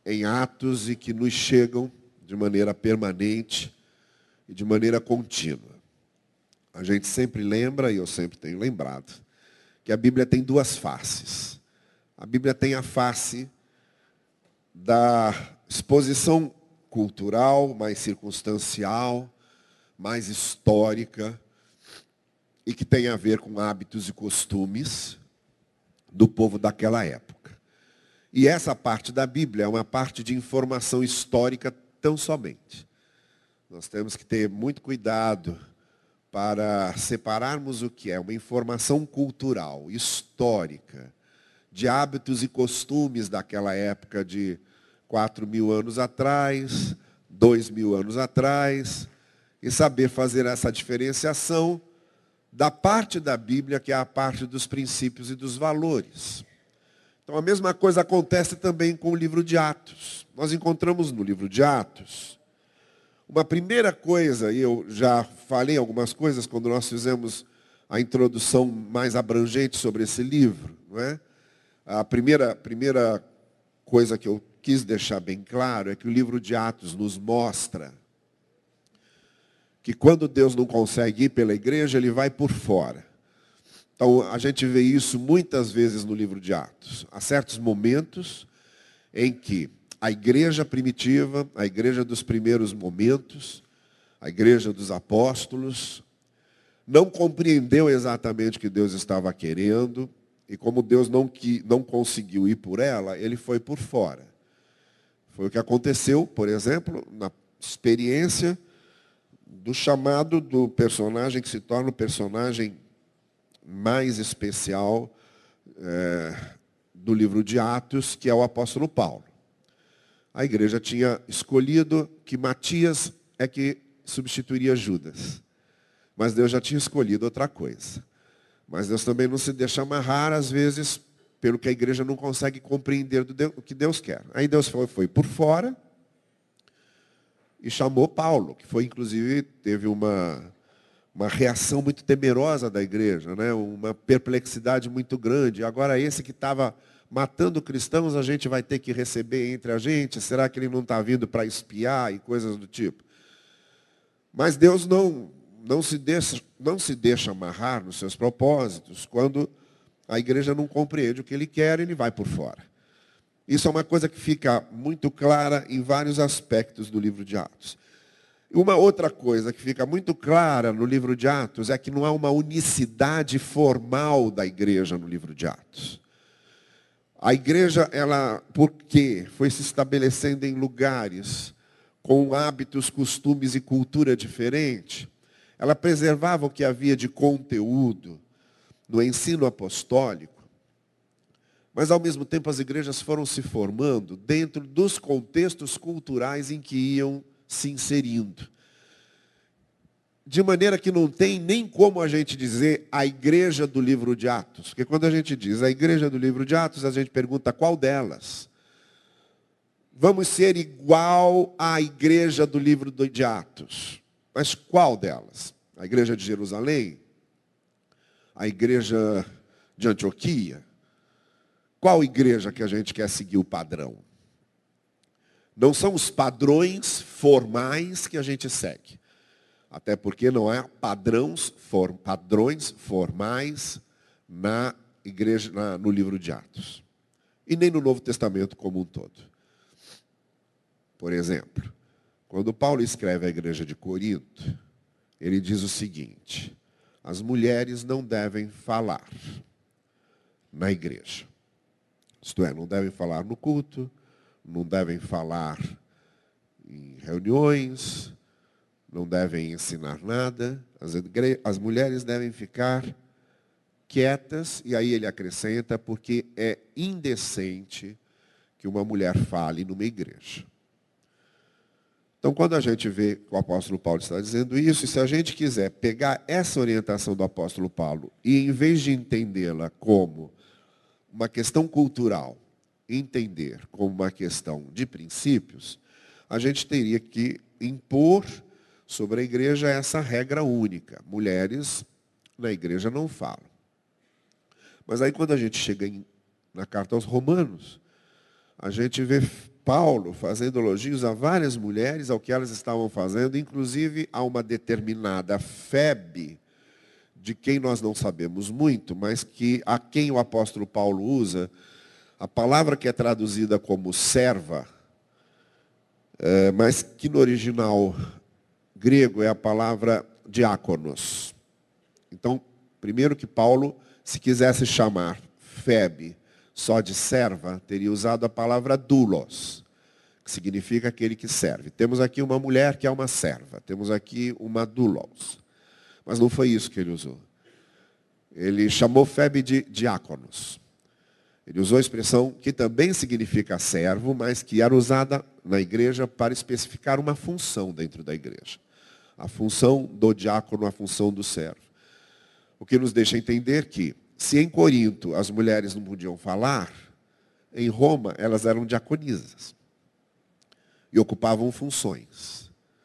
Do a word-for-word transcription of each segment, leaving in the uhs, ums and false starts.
em Atos e que nos chegam de maneira permanente e de maneira contínua. A gente sempre lembra, e eu sempre tenho lembrado, que a Bíblia tem duas faces. A Bíblia tem a face da exposição cultural, mais circunstancial, mais histórica, e que tem a ver com hábitos e costumes do povo daquela época. E essa parte da Bíblia é uma parte de informação histórica tão somente. Nós temos que ter muito cuidado para separarmos o que é uma informação cultural, histórica, de hábitos e costumes daquela época de quatro mil anos atrás, dois mil anos atrás, e saber fazer essa diferenciação da parte da Bíblia, que é a parte dos princípios e dos valores. Então, a mesma coisa acontece também com o livro de Atos. Nós encontramos no livro de Atos uma primeira coisa, e eu já falei algumas coisas quando nós fizemos a introdução mais abrangente sobre esse livro, não é? A primeira, primeira coisa que eu quis deixar bem claro é que o livro de Atos nos mostra que quando Deus não consegue ir pela igreja, ele vai por fora. Então, a gente vê isso muitas vezes no livro de Atos. Há certos momentos em que a igreja primitiva, a igreja dos primeiros momentos, a igreja dos apóstolos, não compreendeu exatamente o que Deus estava querendo, e como Deus não, que, não conseguiu ir por ela, ele foi por fora. Foi o que aconteceu, por exemplo, na experiência do chamado do personagem que se torna o personagem mais especial é, do livro de Atos, que é o apóstolo Paulo. A igreja tinha escolhido que Matias é que substituiria Judas. Mas Deus já tinha escolhido outra coisa. Mas Deus também não se deixa amarrar, às vezes, pelo que a igreja não consegue compreender o que Deus quer. Aí Deus foi, foi por fora e chamou Paulo, que foi, inclusive, teve uma, uma reação muito temerosa da igreja, né? Uma perplexidade muito grande. Agora, esse que estava matando cristãos, a gente vai ter que receber entre a gente? Será que ele não está vindo para espiar e coisas do tipo? Mas Deus não, não, se deixa, não se deixa amarrar nos seus propósitos. Quando a igreja não compreende o que ele quer, ele vai por fora. Isso é uma coisa que fica muito clara em vários aspectos do livro de Atos. Uma outra coisa que fica muito clara no livro de Atos é que não há uma unicidade formal da igreja no livro de Atos. A igreja, ela, porque foi se estabelecendo em lugares com hábitos, costumes e cultura diferente, ela preservava o que havia de conteúdo no ensino apostólico, mas, ao mesmo tempo, as igrejas foram se formando dentro dos contextos culturais em que iam se inserindo. De maneira que não tem nem como a gente dizer a igreja do livro de Atos. Porque quando a gente diz a igreja do livro de Atos, a gente pergunta qual delas. Vamos ser igual à igreja do livro de Atos. Mas qual delas? A igreja de Jerusalém? A igreja de Antioquia? Qual igreja que a gente quer seguir o padrão? Não são os padrões formais que a gente segue. Até porque não há padrões, for, padrões formais na igreja, na, no livro de Atos. E nem no Novo Testamento como um todo. Por exemplo, quando Paulo escreve à igreja de Corinto, ele diz o seguinte: as mulheres não devem falar na igreja. Isto é, não devem falar no culto, não devem falar em reuniões, não devem ensinar nada. As, igre... as mulheres devem ficar quietas, e aí ele acrescenta, porque é indecente que uma mulher fale numa igreja. Então, quando a gente vê que o apóstolo Paulo está dizendo isso, e se a gente quiser pegar essa orientação do apóstolo Paulo e, em vez de entendê-la como uma questão cultural, entender como uma questão de princípios, a gente teria que impor sobre a igreja essa regra única. Mulheres na igreja não falam. Mas aí, quando a gente chega em, na carta aos Romanos, a gente vê Paulo fazendo elogios a várias mulheres, ao que elas estavam fazendo, inclusive a uma determinada Febe, de quem nós não sabemos muito, mas que a quem o apóstolo Paulo usa, a palavra que é traduzida como serva, é, mas que no original grego é a palavra diáconos. Então, primeiro que Paulo, se quisesse chamar Febe só de serva, teria usado a palavra doulos, que significa aquele que serve. Temos aqui uma mulher que é uma serva, temos aqui uma doulos. Mas não foi isso que ele usou. Ele chamou Febe de diáconos. Ele usou a expressão que também significa servo, mas que era usada na igreja para especificar uma função dentro da igreja. A função do diácono, a função do servo. O que nos deixa entender que, se em Corinto as mulheres não podiam falar, em Roma elas eram diaconisas. E ocupavam funções.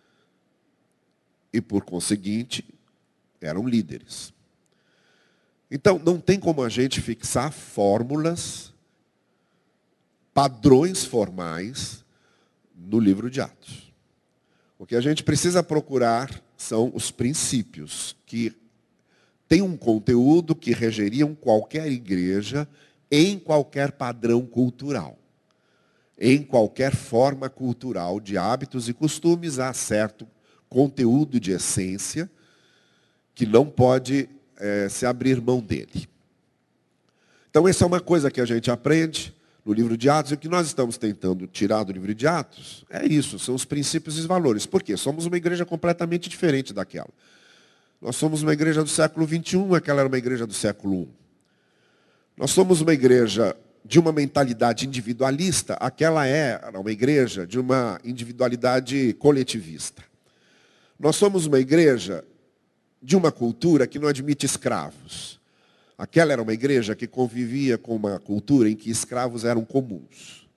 E, por conseguinte, eram líderes. Então, não tem como a gente fixar fórmulas, padrões formais no livro de Atos. O que a gente precisa procurar são os princípios que têm um conteúdo que regeriam qualquer igreja em qualquer padrão cultural. Em qualquer forma cultural de hábitos e costumes, há certo conteúdo de essência que não pode é, se abrir mão dele. Então, essa é uma coisa que a gente aprende no livro de Atos, e o que nós estamos tentando tirar do livro de Atos é isso, são os princípios e os valores. Por quê? Somos uma igreja completamente diferente daquela. Nós somos uma igreja do século vinte e um, aquela era uma igreja do século um. Nós somos uma igreja de uma mentalidade individualista, aquela era uma igreja de uma individualidade coletivista. Nós somos uma igreja de uma cultura que não admite escravos. Aquela era uma igreja que convivia com uma cultura em que escravos eram comuns.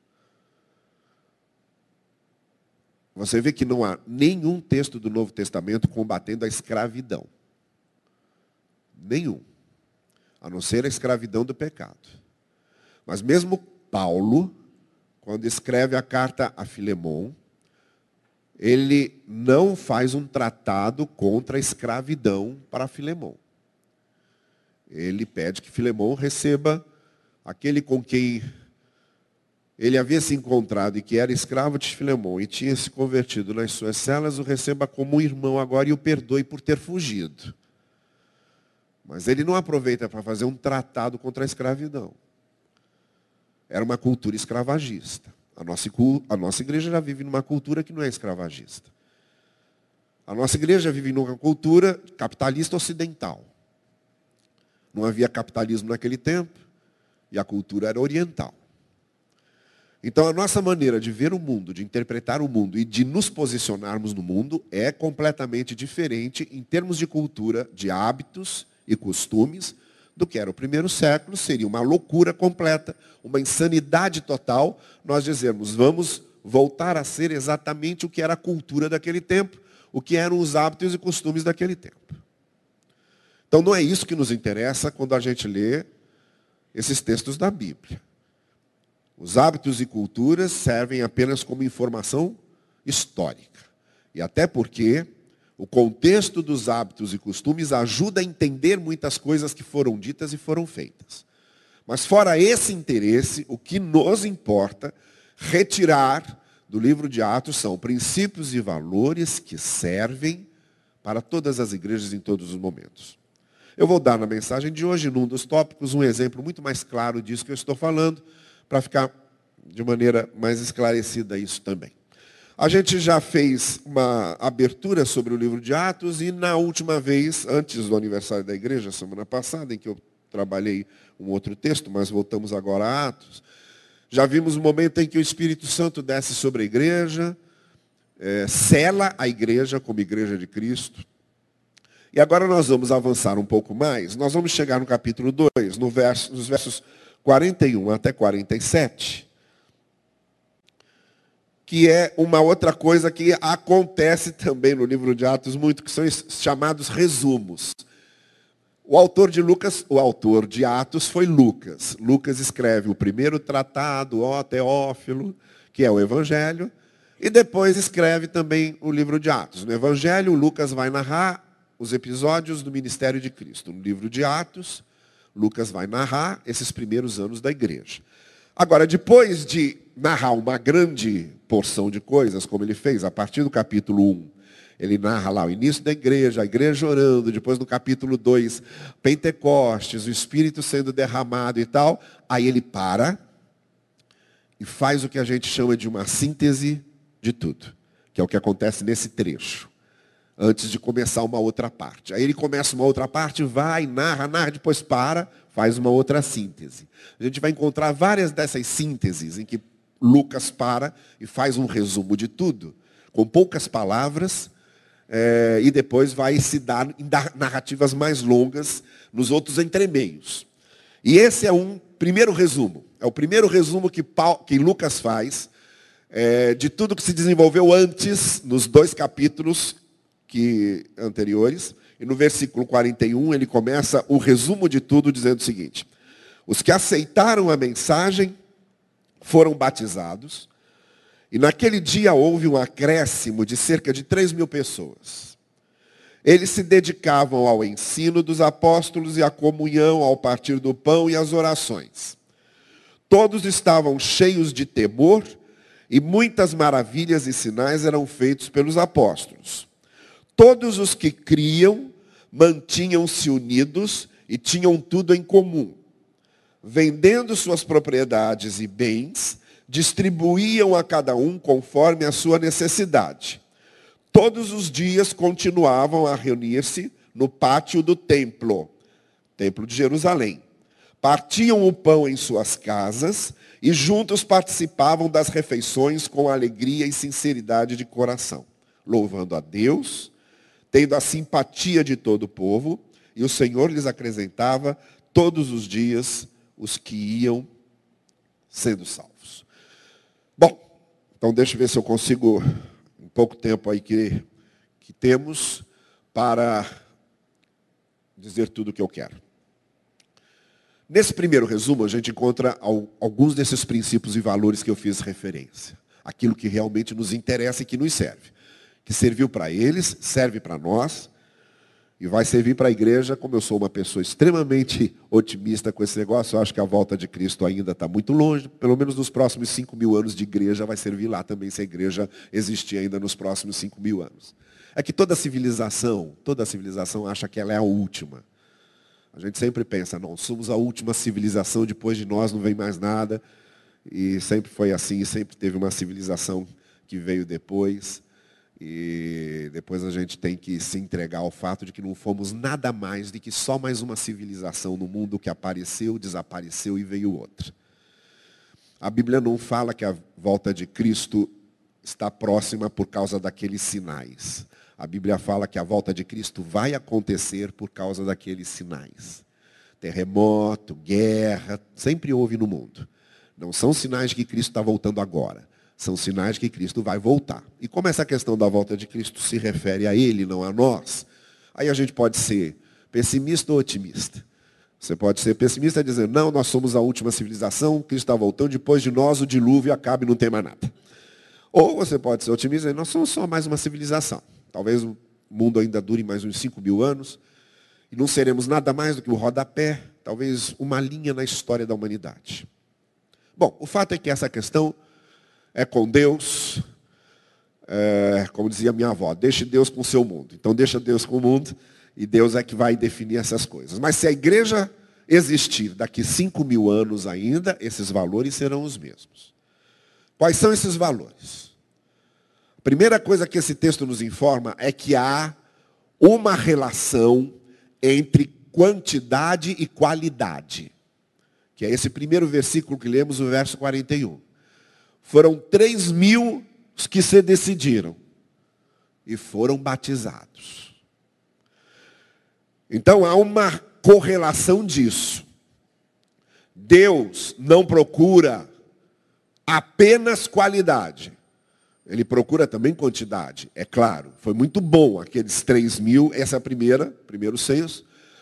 Você vê que não há nenhum texto do Novo Testamento combatendo a escravidão. Nenhum. A não ser a escravidão do pecado. Mas mesmo Paulo, quando escreve a carta a Filemon, ele não faz um tratado contra a escravidão para Filemon. Ele pede que Filemon receba aquele com quem ele havia se encontrado e que era escravo de Filemon e tinha se convertido nas suas celas, o receba como um irmão agora e o perdoe por ter fugido. Mas ele não aproveita para fazer um tratado contra a escravidão. Era uma cultura escravagista. A nossa, a nossa igreja já vive numa cultura que não é escravagista. A nossa igreja vive numa cultura capitalista ocidental. Não havia capitalismo naquele tempo e a cultura era oriental. Então a nossa maneira de ver o mundo, de interpretar o mundo e de nos posicionarmos no mundo é completamente diferente em termos de cultura, de hábitos e costumes, do que era o primeiro século. Seria uma loucura completa, uma insanidade total, nós dizermos, vamos voltar a ser exatamente o que era a cultura daquele tempo, o que eram os hábitos e costumes daquele tempo. Então não é isso que nos interessa quando a gente lê esses textos da Bíblia. Os hábitos e culturas servem apenas como informação histórica. E até porque o contexto dos hábitos e costumes ajuda a entender muitas coisas que foram ditas e foram feitas. Mas fora esse interesse, o que nos importa retirar do livro de Atos são princípios e valores que servem para todas as igrejas em todos os momentos. Eu vou dar na mensagem de hoje, num dos tópicos, um exemplo muito mais claro disso que eu estou falando, para ficar de maneira mais esclarecida isso também. A gente já fez uma abertura sobre o livro de Atos e na última vez, antes do aniversário da igreja, semana passada, em que eu trabalhei um outro texto, mas voltamos agora a Atos, já vimos o momento em que o Espírito Santo desce sobre a igreja, é, sela a igreja como igreja de Cristo. E agora nós vamos avançar um pouco mais, nós vamos chegar no capítulo dois, no verso, nos versos quarenta e um até quarenta e sete, que é uma outra coisa que acontece também no livro de Atos muito, que são chamados resumos. O autor de Lucas, o autor de Atos foi Lucas. Lucas escreve o primeiro tratado, ó Teófilo, que é o Evangelho, e depois escreve também o livro de Atos. No Evangelho, Lucas vai narrar os episódios do ministério de Cristo. No livro de Atos, Lucas vai narrar esses primeiros anos da igreja. Agora, depois de narrar uma grande porção de coisas, como ele fez, a partir do capítulo um, ele narra lá o início da igreja, a igreja orando, depois no capítulo dois, Pentecostes, o Espírito sendo derramado e tal. Aí ele para e faz o que a gente chama de uma síntese de tudo, que é o que acontece nesse trecho, antes de começar uma outra parte. Aí ele começa uma outra parte, vai, narra, narra, depois para, faz uma outra síntese. A gente vai encontrar várias dessas sínteses em que Lucas para e faz um resumo de tudo, com poucas palavras, É, e depois vai se dar em narrativas mais longas nos outros entremeios. E esse é um primeiro resumo. É o primeiro resumo que, Paulo, que Lucas faz é, de tudo que se desenvolveu antes, nos dois capítulos que, anteriores. E no versículo quarenta e um ele começa o resumo de tudo dizendo o seguinte: os que aceitaram a mensagem foram batizados. E naquele dia houve um acréscimo de cerca de três mil pessoas. Eles se dedicavam ao ensino dos apóstolos e à comunhão, ao partir do pão e às orações. Todos estavam cheios de temor e muitas maravilhas e sinais eram feitos pelos apóstolos. Todos os que criam mantinham-se unidos e tinham tudo em comum. Vendendo suas propriedades e bens, distribuíam a cada um conforme a sua necessidade. Todos os dias continuavam a reunir-se no pátio do templo, templo de Jerusalém. Partiam o pão em suas casas e juntos participavam das refeições com alegria e sinceridade de coração, louvando a Deus, tendo a simpatia de todo o povo, e o Senhor lhes acrescentava todos os dias os que iam sendo salvos. Bom, então deixa eu ver se eu consigo, em pouco tempo aí que, que temos, para dizer tudo o que eu quero. Nesse primeiro resumo, a gente encontra alguns desses princípios e valores que eu fiz referência. Aquilo que realmente nos interessa e que nos serve. Que serviu para eles, serve para nós, e vai servir para a igreja. Como eu sou uma pessoa extremamente otimista com esse negócio, eu acho que a volta de Cristo ainda está muito longe. Pelo menos nos próximos cinco mil anos de igreja vai servir lá também, se a igreja existir ainda nos próximos cinco mil anos. É que toda civilização, toda civilização acha que ela é a última. A gente sempre pensa, não, somos a última civilização, depois de nós não vem mais nada. E sempre foi assim, sempre teve uma civilização que veio depois. E depois a gente tem que se entregar ao fato de que não fomos nada mais do que só mais uma civilização no mundo que apareceu, desapareceu e veio outra. A Bíblia não fala que a volta de Cristo está próxima por causa daqueles sinais. A Bíblia fala que a volta de Cristo vai acontecer por causa daqueles sinais. Terremoto, guerra, sempre houve no mundo. Não são sinais de que Cristo está voltando agora. São sinais de que Cristo vai voltar. E como essa questão da volta de Cristo se refere a Ele, não a nós, aí a gente pode ser pessimista ou otimista. Você pode ser pessimista dizendo, não, nós somos a última civilização, Cristo está voltando, depois de nós o dilúvio acaba e não tem mais nada. Ou você pode ser otimista e dizer, nós somos só mais uma civilização. Talvez o mundo ainda dure mais uns cinco mil anos, e não seremos nada mais do que o rodapé, talvez uma linha na história da humanidade. Bom, o fato é que essa questão é com Deus, é, como dizia minha avó, deixe Deus com o seu mundo. Então deixa Deus com o mundo e Deus é que vai definir essas coisas. Mas se a igreja existir daqui cinco mil anos ainda, esses valores serão os mesmos. Quais são esses valores? A primeira coisa que esse texto nos informa é que há uma relação entre quantidade e qualidade. Que é esse primeiro versículo que lemos, o verso quarenta e um. Foram três mil os que se decidiram e foram batizados. Então há uma correlação disso. Deus não procura apenas qualidade. Ele procura também quantidade, é claro. Foi muito bom aqueles três mil, essa é a primeira, primeiro censo.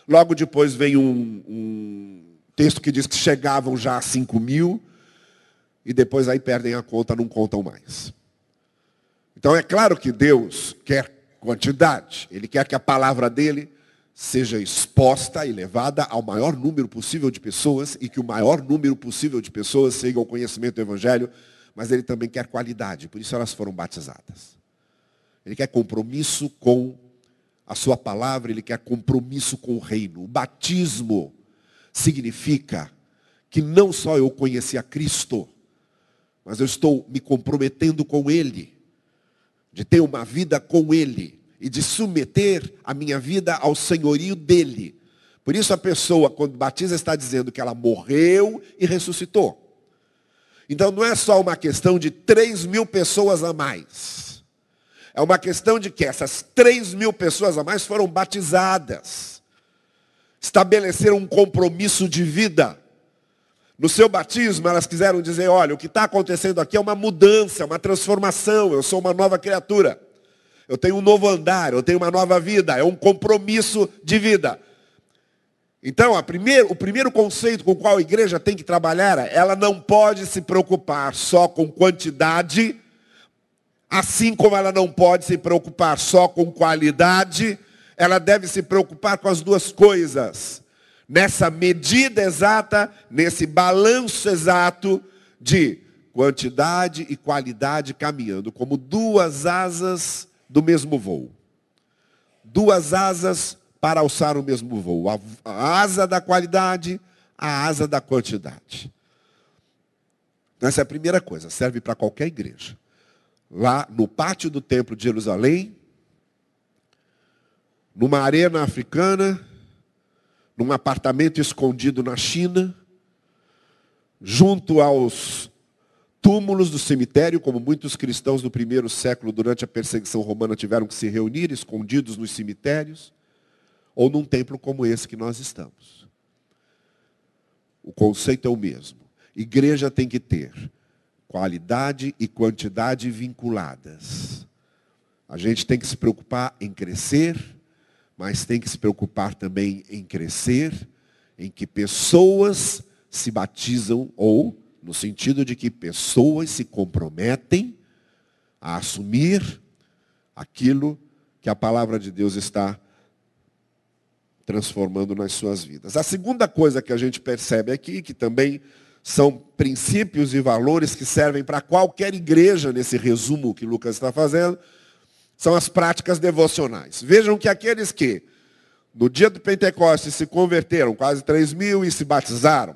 Logo depois vem um, um texto que diz que chegavam já a cinco mil, e depois aí perdem a conta, não contam mais. Então é claro que Deus quer quantidade. Ele quer que a palavra dele seja exposta e levada ao maior número possível de pessoas e que o maior número possível de pessoas chegue ao conhecimento do Evangelho, mas ele também quer qualidade, por isso elas foram batizadas. Ele quer compromisso com a sua palavra, ele quer compromisso com o reino. O batismo significa que não só eu conheci a Cristo, mas eu estou me comprometendo com ele, de ter uma vida com ele e de submeter a minha vida ao senhorio dele. Por isso a pessoa, quando batiza, está dizendo que ela morreu e ressuscitou. Então não é só uma questão de três mil pessoas a mais. É uma questão de que essas três mil pessoas a mais foram batizadas. Estabeleceram um compromisso de vida. No seu batismo, elas quiseram dizer, olha, o que está acontecendo aqui é uma mudança, uma transformação. Eu sou uma nova criatura. Eu tenho um novo andar, eu tenho uma nova vida. É um compromisso de vida. Então, a primeiro, o primeiro conceito com o qual a igreja tem que trabalhar, ela não pode se preocupar só com quantidade, assim como ela não pode se preocupar só com qualidade, ela deve se preocupar com as duas coisas. Nessa medida exata, nesse balanço exato de quantidade e qualidade caminhando, como duas asas do mesmo voo. Duas asas para alçar o mesmo voo. A, a asa da qualidade, a asa da quantidade. Essa é a primeira coisa, serve para qualquer igreja. Lá no pátio do templo de Jerusalém, numa arena africana, num apartamento escondido na China, junto aos túmulos do cemitério, como muitos cristãos do primeiro século, durante a perseguição romana, tiveram que se reunir, escondidos nos cemitérios, ou num templo como esse que nós estamos. O conceito é o mesmo. Igreja tem que ter qualidade e quantidade vinculadas. A gente tem que se preocupar em crescer, mas tem que se preocupar também em crescer, em que pessoas se batizam, ou no sentido de que pessoas se comprometem a assumir aquilo que a palavra de Deus está transformando nas suas vidas. A segunda coisa que a gente percebe aqui, que também são princípios e valores que servem para qualquer igreja, nesse resumo que Lucas está fazendo, são as práticas devocionais. Vejam que aqueles que, no dia do Pentecostes, se converteram, quase três mil, e se batizaram,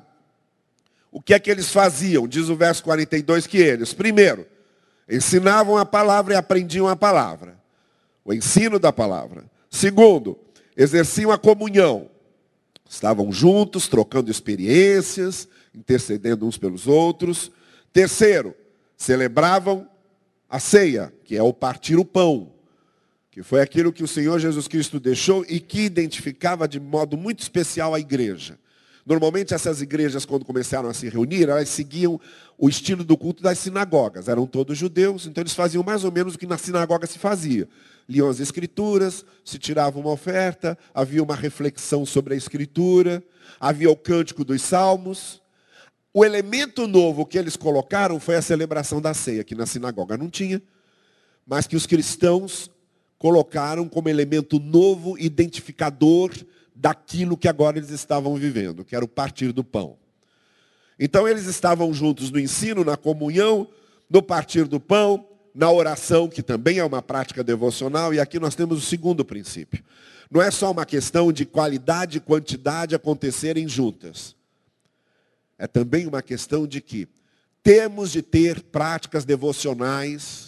o que é que eles faziam? Diz o verso quarenta e dois que eles, primeiro, ensinavam a palavra e aprendiam a palavra. O ensino da palavra. Segundo, exerciam a comunhão. Estavam juntos, trocando experiências, intercedendo uns pelos outros. Terceiro, celebravam a ceia, que é o partir o pão, que foi aquilo que o Senhor Jesus Cristo deixou e que identificava de modo muito especial a igreja. Normalmente essas igrejas, quando começaram a se reunir, elas seguiam o estilo do culto das sinagogas. Eram todos judeus, então eles faziam mais ou menos o que na sinagoga se fazia. Liam as escrituras, se tirava uma oferta, havia uma reflexão sobre a escritura, havia o cântico dos salmos. O elemento novo que eles colocaram foi a celebração da ceia, que na sinagoga não tinha, mas que os cristãos colocaram como elemento novo, identificador daquilo que agora eles estavam vivendo, que era o partir do pão. Então eles estavam juntos no ensino, na comunhão, no partir do pão, na oração, que também é uma prática devocional, e aqui nós temos o segundo princípio. Não é só uma questão de qualidade e quantidade acontecerem juntas. É também uma questão de que temos de ter práticas devocionais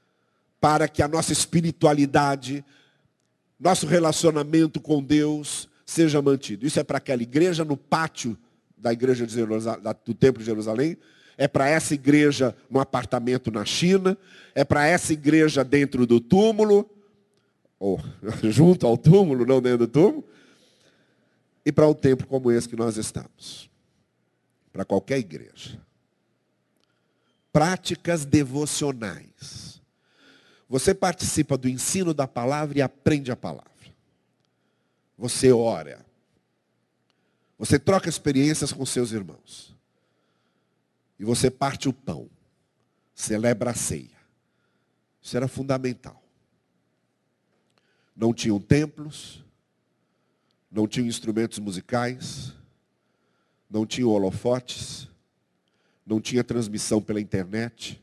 para que a nossa espiritualidade, nosso relacionamento com Deus seja mantido. Isso é para aquela igreja no pátio da igreja de Jerusalém, do Templo de Jerusalém, é para essa igreja no apartamento na China, é para essa igreja dentro do túmulo, ou junto ao túmulo, não dentro do túmulo, e para um templo como esse que nós estamos. Para qualquer igreja. Práticas devocionais. Você participa do ensino da palavra e aprende a palavra. Você ora. Você troca experiências com seus irmãos. E você parte o pão. Celebra a ceia. Isso era fundamental. Não tinham templos. Não tinham instrumentos musicais. Não tinham holofotes. Não tinha transmissão pela internet.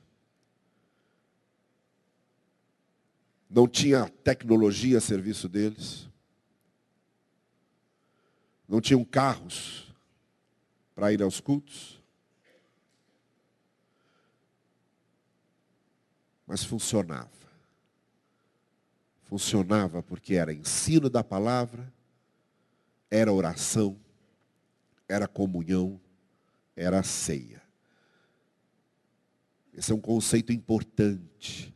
Não tinha tecnologia a serviço deles. Não tinham carros para ir aos cultos. Mas funcionava. Funcionava porque era ensino da palavra, era oração, era comunhão, era ceia. Esse é um conceito importante.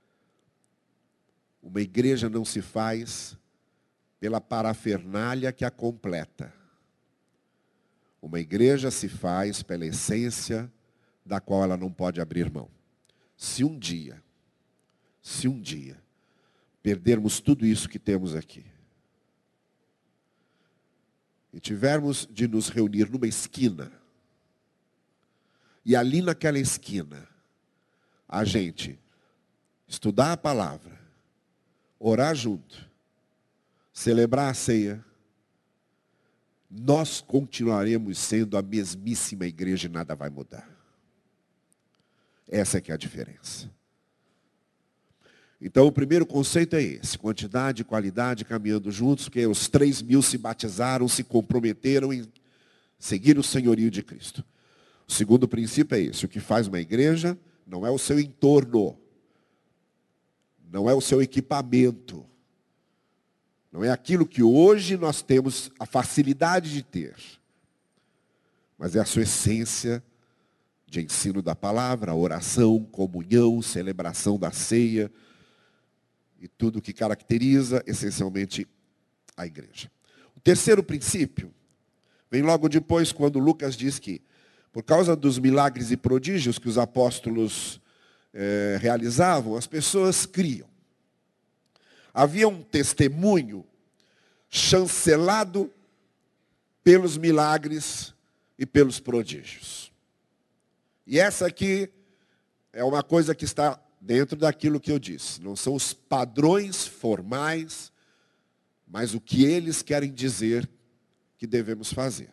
Uma igreja não se faz pela parafernália que a completa. Uma igreja se faz pela essência da qual ela não pode abrir mão. Se um dia, se um dia, perdermos tudo isso que temos aqui, e tivermos de nos reunir numa esquina, e ali naquela esquina, a gente estudar a palavra, orar junto, celebrar a ceia, nós continuaremos sendo a mesmíssima igreja e nada vai mudar. Essa é que é a diferença. Então o primeiro conceito é esse, quantidade e qualidade caminhando juntos, porque os três mil se batizaram, se comprometeram em seguir o senhorio de Cristo. O segundo princípio é esse, o que faz uma igreja não é o seu entorno, não é o seu equipamento, não é aquilo que hoje nós temos a facilidade de ter, mas é a sua essência de ensino da palavra, oração, comunhão, celebração da ceia e tudo que caracteriza essencialmente a igreja. O terceiro princípio vem logo depois, quando Lucas diz que, por causa dos milagres e prodígios que os apóstolos eh, realizavam, as pessoas criam. Havia um testemunho chancelado pelos milagres e pelos prodígios. E essa aqui é uma coisa que está dentro daquilo que eu disse. Não são os padrões formais, mas o que eles querem dizer que devemos fazer.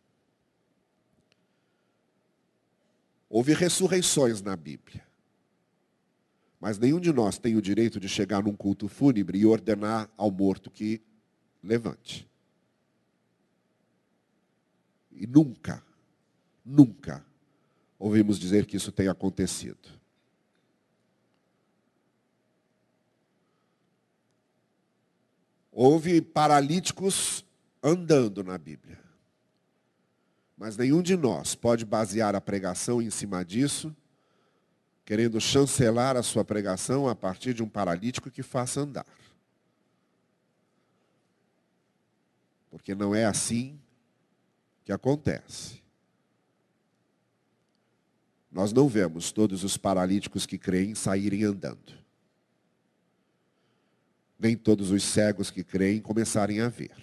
Houve ressurreições na Bíblia. Mas nenhum de nós tem o direito de chegar num culto fúnebre e ordenar ao morto que levante. E nunca, nunca ouvimos dizer que isso tenha acontecido. Houve paralíticos andando na Bíblia. Mas nenhum de nós pode basear a pregação em cima disso, querendo chancelar a sua pregação a partir de um paralítico que faça andar. Porque não é assim que acontece. Nós não vemos todos os paralíticos que creem saírem andando. Nem todos os cegos que creem começarem a ver.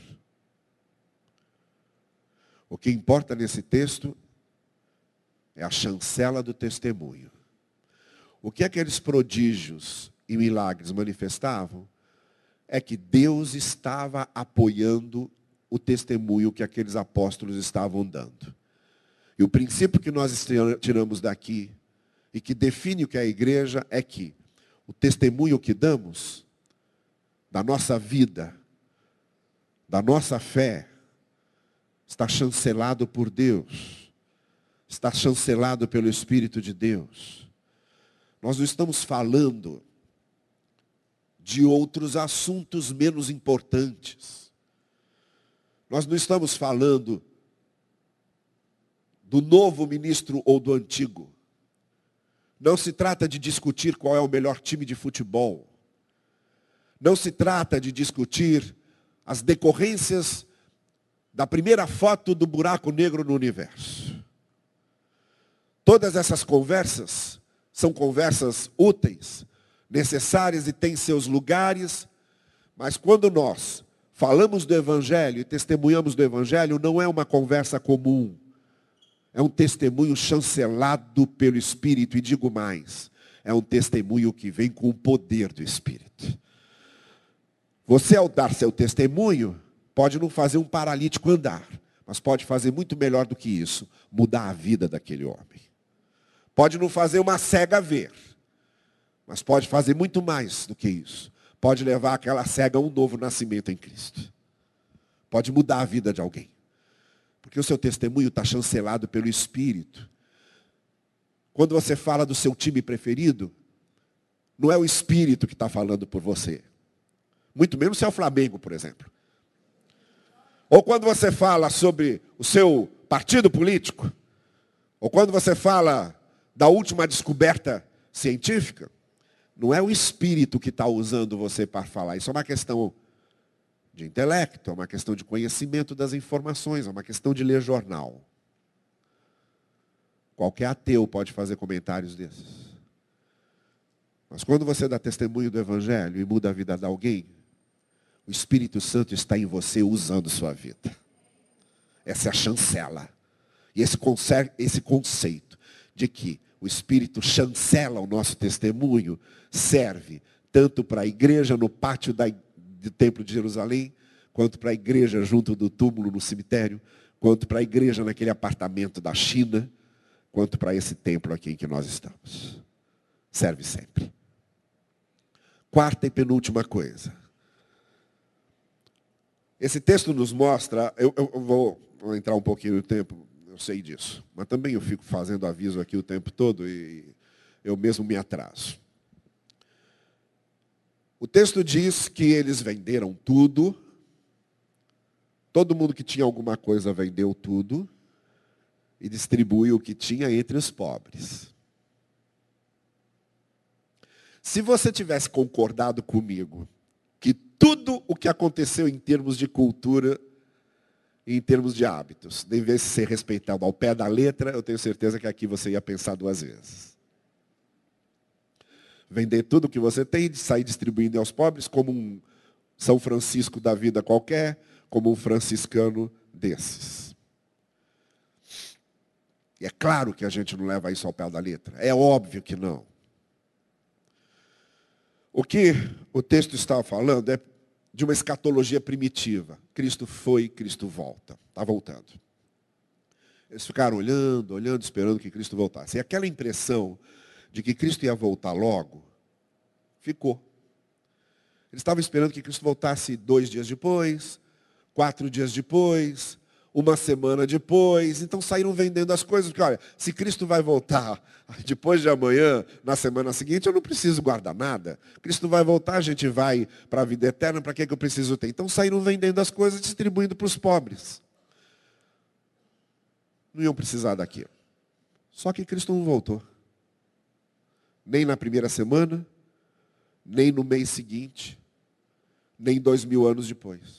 O que importa nesse texto é a chancela do testemunho. O que aqueles prodígios e milagres manifestavam é que Deus estava apoiando o testemunho que aqueles apóstolos estavam dando. E o princípio que nós tiramos daqui e que define o que é a igreja é que o testemunho que damos da nossa vida, da nossa fé, está chancelado por Deus, está chancelado pelo Espírito de Deus. Nós não estamos falando de outros assuntos menos importantes. Nós não estamos falando do novo ministro ou do antigo. Não se trata de discutir qual é o melhor time de futebol. Não se trata de discutir as decorrências da primeira foto do buraco negro no universo. Todas essas conversas são conversas úteis, necessárias e têm seus lugares, mas quando nós falamos do Evangelho e testemunhamos do Evangelho, não é uma conversa comum. É um testemunho chancelado pelo Espírito. E digo mais, é um testemunho que vem com o poder do Espírito. Você, ao dar seu testemunho, pode não fazer um paralítico andar, mas pode fazer muito melhor do que isso, mudar a vida daquele homem. Pode não fazer uma cega ver, mas pode fazer muito mais do que isso. Pode levar aquela cega a um novo nascimento em Cristo. Pode mudar a vida de alguém. Porque o seu testemunho está chancelado pelo Espírito. Quando você fala do seu time preferido, não é o Espírito que está falando por você. Muito menos se é o Flamengo, por exemplo. Ou quando você fala sobre o seu partido político, ou quando você fala da última descoberta científica, não é o Espírito que está usando você para falar. Isso é uma questão de intelecto, é uma questão de conhecimento das informações, é uma questão de ler jornal. Qualquer ateu pode fazer comentários desses. Mas quando você dá testemunho do Evangelho e muda a vida de alguém, o Espírito Santo está em você usando sua vida. Essa é a chancela. E esse, conce- esse conceito de que o Espírito chancela o nosso testemunho serve tanto para a igreja no pátio da, do Templo de Jerusalém, quanto para a igreja junto do túmulo no cemitério, quanto para a igreja naquele apartamento da China, quanto para esse templo aqui em que nós estamos. Serve sempre. Quarta e penúltima coisa. Esse texto nos mostra, eu, eu vou, vou entrar um pouquinho no tempo, eu sei disso, mas também eu fico fazendo aviso aqui o tempo todo e eu mesmo me atraso. O texto diz que eles venderam tudo, todo mundo que tinha alguma coisa vendeu tudo e distribuiu o que tinha entre os pobres. Se você tivesse concordado comigo que tudo o que aconteceu em termos de cultura e em termos de hábitos devesse ser respeitado ao pé da letra, eu tenho certeza que aqui você ia pensar duas vezes. Vender tudo o que você tem e sair distribuindo aos pobres como um São Francisco da vida qualquer, como um franciscano desses. E é claro que a gente não leva isso ao pé da letra. É óbvio que não. O que o texto está falando é de uma escatologia primitiva. Cristo foi, Cristo volta. Está voltando. Eles ficaram olhando, olhando, esperando que Cristo voltasse. E aquela impressão de que Cristo ia voltar logo, ficou. Eles estavam esperando que Cristo voltasse dois dias depois, quatro dias depois, uma semana depois. Então saíram vendendo as coisas, porque olha, se Cristo vai voltar depois de amanhã, na semana seguinte, eu não preciso guardar nada. Cristo vai voltar, a gente vai para a vida eterna, para que, que eu preciso ter? Então saíram vendendo as coisas, distribuindo para os pobres. Não iam precisar daquilo. Só que Cristo não voltou. Nem na primeira semana, nem no mês seguinte, nem dois mil anos depois.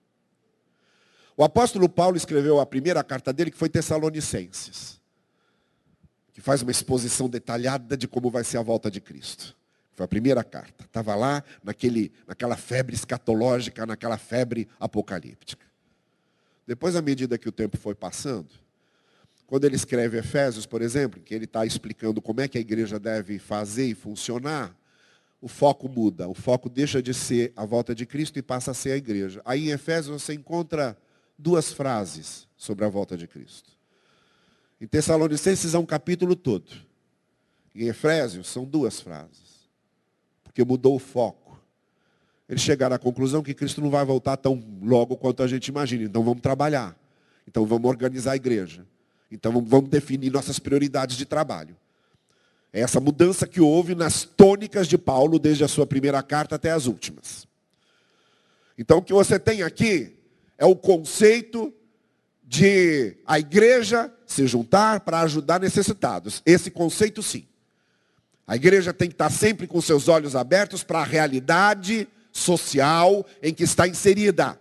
O apóstolo Paulo escreveu a primeira carta dele, que foi Tessalonicenses, que faz uma exposição detalhada de como vai ser a volta de Cristo. Foi a primeira carta. Estava lá naquele, naquela febre escatológica, naquela febre apocalíptica. Depois, à medida que o tempo foi passando, quando ele escreve Efésios, por exemplo, que ele está explicando como é que a igreja deve fazer e funcionar, o foco muda. O foco deixa de ser a volta de Cristo e passa a ser a igreja. Aí em Efésios você encontra duas frases sobre a volta de Cristo. Em Tessalonicenses é um capítulo todo. Em Efésios são duas frases. Porque mudou o foco. Eles chegaram à conclusão que Cristo não vai voltar tão logo quanto a gente imagina. Então vamos trabalhar. Então vamos organizar a igreja. Então vamos definir nossas prioridades de trabalho. É essa mudança que houve nas tônicas de Paulo, desde a sua primeira carta até as últimas. Então o que você tem aqui é o conceito de a igreja se juntar para ajudar necessitados. Esse conceito, sim. A igreja tem que estar sempre com seus olhos abertos para a realidade social em que está inserida.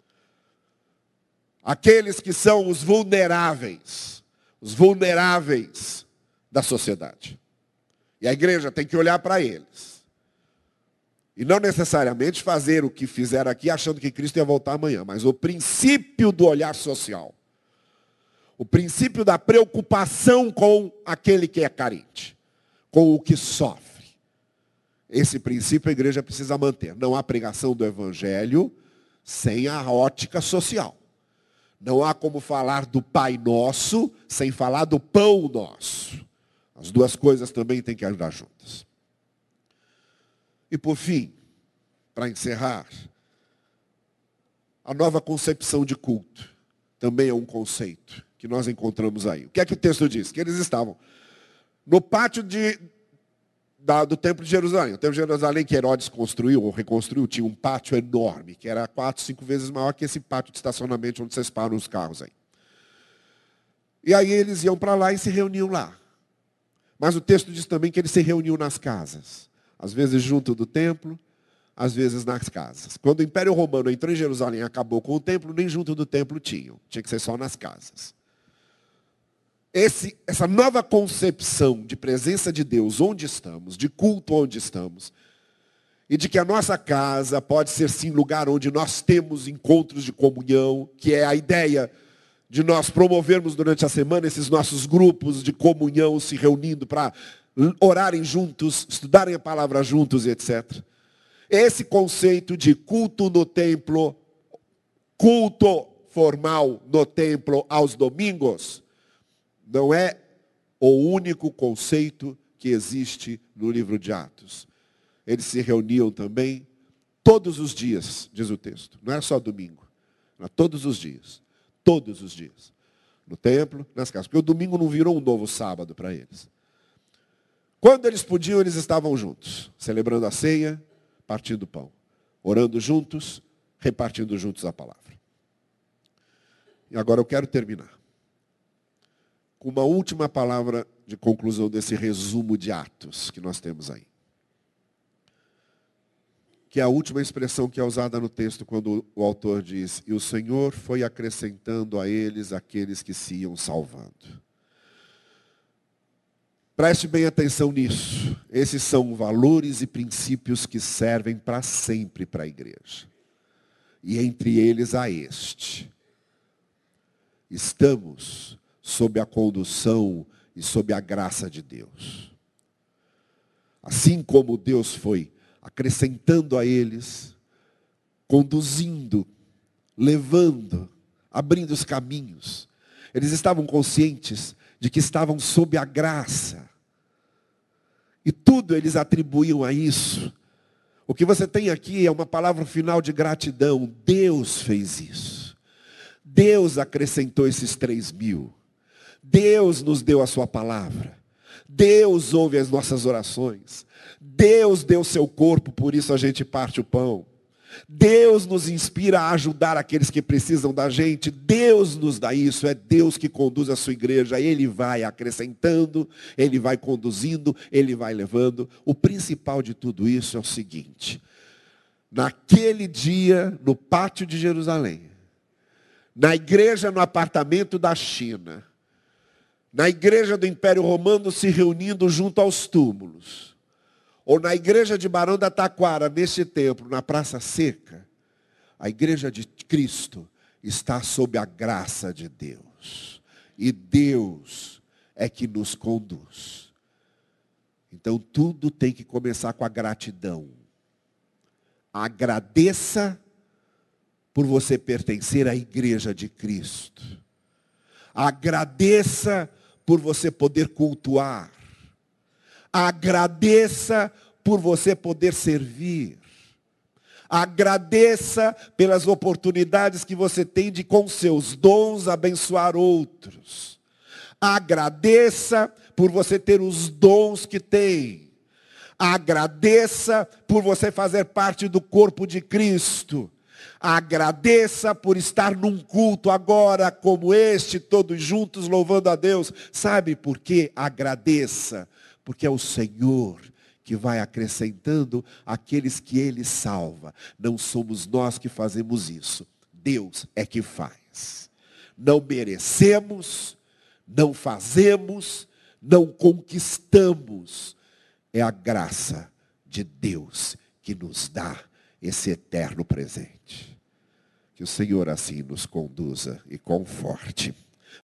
Aqueles que são os vulneráveis, os vulneráveis da sociedade. E a igreja tem que olhar para eles. E não necessariamente fazer o que fizeram aqui achando que Cristo ia voltar amanhã, mas o princípio do olhar social. O princípio da preocupação com aquele que é carente, com o que sofre. Esse princípio a igreja precisa manter. Não há pregação do evangelho sem a ótica social. Não há como falar do Pai Nosso sem falar do Pão Nosso. As duas coisas também têm que andar juntas. E por fim, para encerrar, a nova concepção de culto também é um conceito que nós encontramos aí. O que é que o texto diz? Que eles estavam no pátio de, da, do Templo de Jerusalém. O Templo de Jerusalém que Herodes construiu ou reconstruiu tinha um pátio enorme, que era quatro, cinco vezes maior que esse pátio de estacionamento onde vocês param os carros aí. E aí eles iam para lá e se reuniam lá. Mas o texto diz também que eles se reuniam nas casas. Às vezes junto do templo, às vezes nas casas. Quando o Império Romano entrou em Jerusalém e acabou com o templo, nem junto do templo tinham. Tinha que ser só nas casas. Esse, essa nova concepção de presença de Deus onde estamos, de culto onde estamos, e de que a nossa casa pode ser sim lugar onde nós temos encontros de comunhão, que é a ideia de nós promovermos durante a semana esses nossos grupos de comunhão, se reunindo para orarem juntos, estudarem a palavra juntos, etcétera. Esse conceito de culto no templo, culto formal no templo aos domingos, não é o único conceito que existe no livro de Atos. Eles se reuniam também todos os dias, diz o texto. Não era só domingo, era todos os dias. Todos os dias. No templo, nas casas. Porque o domingo não virou um novo sábado para eles. Quando eles podiam, eles estavam juntos. Celebrando a ceia, partindo o pão. Orando juntos, repartindo juntos a palavra. E agora eu quero terminar com uma última palavra de conclusão desse resumo de Atos que nós temos aí. Que é a última expressão que é usada no texto quando o autor diz: e o Senhor foi acrescentando a eles aqueles que se iam salvando. Preste bem atenção nisso. Esses são valores e princípios que servem para sempre para a igreja. E entre eles há este. Estamos sob a condução e sob a graça de Deus. Assim como Deus foi acrescentando a eles, conduzindo, levando, abrindo os caminhos. Eles estavam conscientes de que estavam sob a graça. E tudo eles atribuíam a isso. O que você tem aqui é uma palavra final de gratidão. Deus fez isso. Deus acrescentou esses três mil. Deus nos deu a sua palavra. Deus ouve as nossas orações. Deus deu seu corpo, por isso a gente parte o pão. Deus nos inspira a ajudar aqueles que precisam da gente. Deus nos dá isso, é Deus que conduz a sua igreja. Ele vai acrescentando, Ele vai conduzindo, Ele vai levando. O principal de tudo isso é o seguinte: naquele dia, no pátio de Jerusalém, na igreja no apartamento da China, na igreja do Império Romano se reunindo junto aos túmulos, ou na igreja de Barão da Taquara, neste templo, na Praça Seca, a igreja de Cristo está sob a graça de Deus. E Deus é que nos conduz. Então tudo tem que começar com a gratidão. Agradeça por você pertencer à igreja de Cristo. Agradeça por você poder cultuar. Agradeça por você poder servir. Agradeça pelas oportunidades que você tem de, com seus dons, abençoar outros. Agradeça por você ter os dons que tem. Agradeça por você fazer parte do corpo de Cristo. Agradeça por estar num culto agora como este, todos juntos louvando a Deus. Sabe por quê? Agradeça. Porque é o Senhor que vai acrescentando aqueles que Ele salva. Não somos nós que fazemos isso. Deus é que faz. Não merecemos, não fazemos, não conquistamos. É a graça de Deus que nos dá esse eterno presente. Que o Senhor assim nos conduza e conforte.